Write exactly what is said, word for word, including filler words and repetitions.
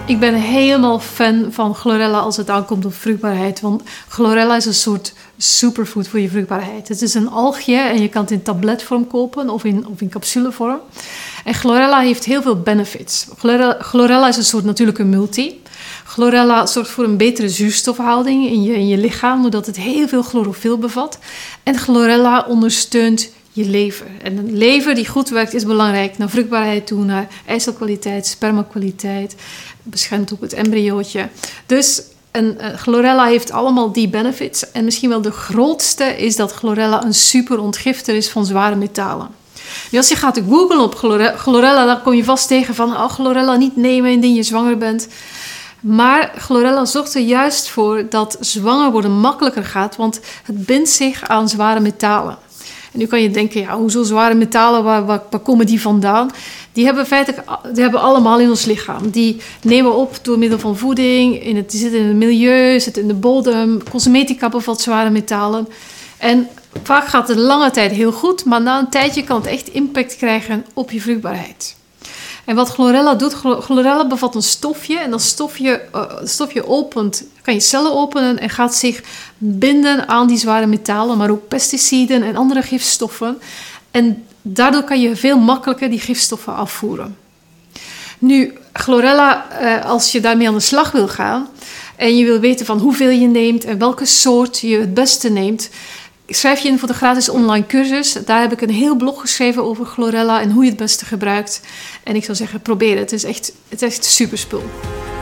Ik ben helemaal fan van chlorella als het aankomt op vruchtbaarheid. Want chlorella is een soort superfood voor je vruchtbaarheid. Het is een algje en je kan het in tabletvorm kopen of in, of in capsulevorm. En chlorella heeft heel veel benefits. Chlorella, chlorella is een soort natuurlijke multi. Chlorella zorgt voor een betere zuurstofhouding in je, in je lichaam, doordat het heel veel chlorofiel bevat. En chlorella ondersteunt je lever. En een lever die goed werkt is belangrijk naar vruchtbaarheid toe, naar eicelkwaliteit, spermakwaliteit, beschermt ook het embryootje. Dus een, een chlorella heeft allemaal die benefits. En misschien wel de grootste is dat chlorella een super ontgifter is van zware metalen. Nu, als je gaat googlen op chlorella, dan kom je vast tegen van oh, chlorella niet nemen indien je zwanger bent. Maar chlorella zorgt er juist voor dat zwanger worden makkelijker gaat, want het bindt zich aan zware metalen. En nu kan je denken, ja, hoezo zware metalen, waar, waar, waar komen die vandaan? Die hebben feitelijk die hebben allemaal in ons lichaam. Die nemen we op door middel van voeding, in het, die zitten in het milieu, zitten in de bodem. Cosmetica bevat zware metalen. En vaak gaat het lange tijd heel goed, maar na een tijdje kan het echt impact krijgen op je vruchtbaarheid. En wat chlorella doet, chlorella bevat een stofje en dat stofje, uh, stofje opent, kan je cellen openen en gaat zich binden aan die zware metalen, maar ook pesticiden en andere gifstoffen. En daardoor kan je veel makkelijker die gifstoffen afvoeren. Nu, chlorella, uh, als je daarmee aan de slag wil gaan en je wil weten van hoeveel je neemt en welke soort je het beste neemt, schrijf je in voor de gratis online cursus. Daar heb ik een heel blog geschreven over chlorella en hoe je het beste gebruikt. En ik zou zeggen, probeer het. Het is echt, het is echt super spul.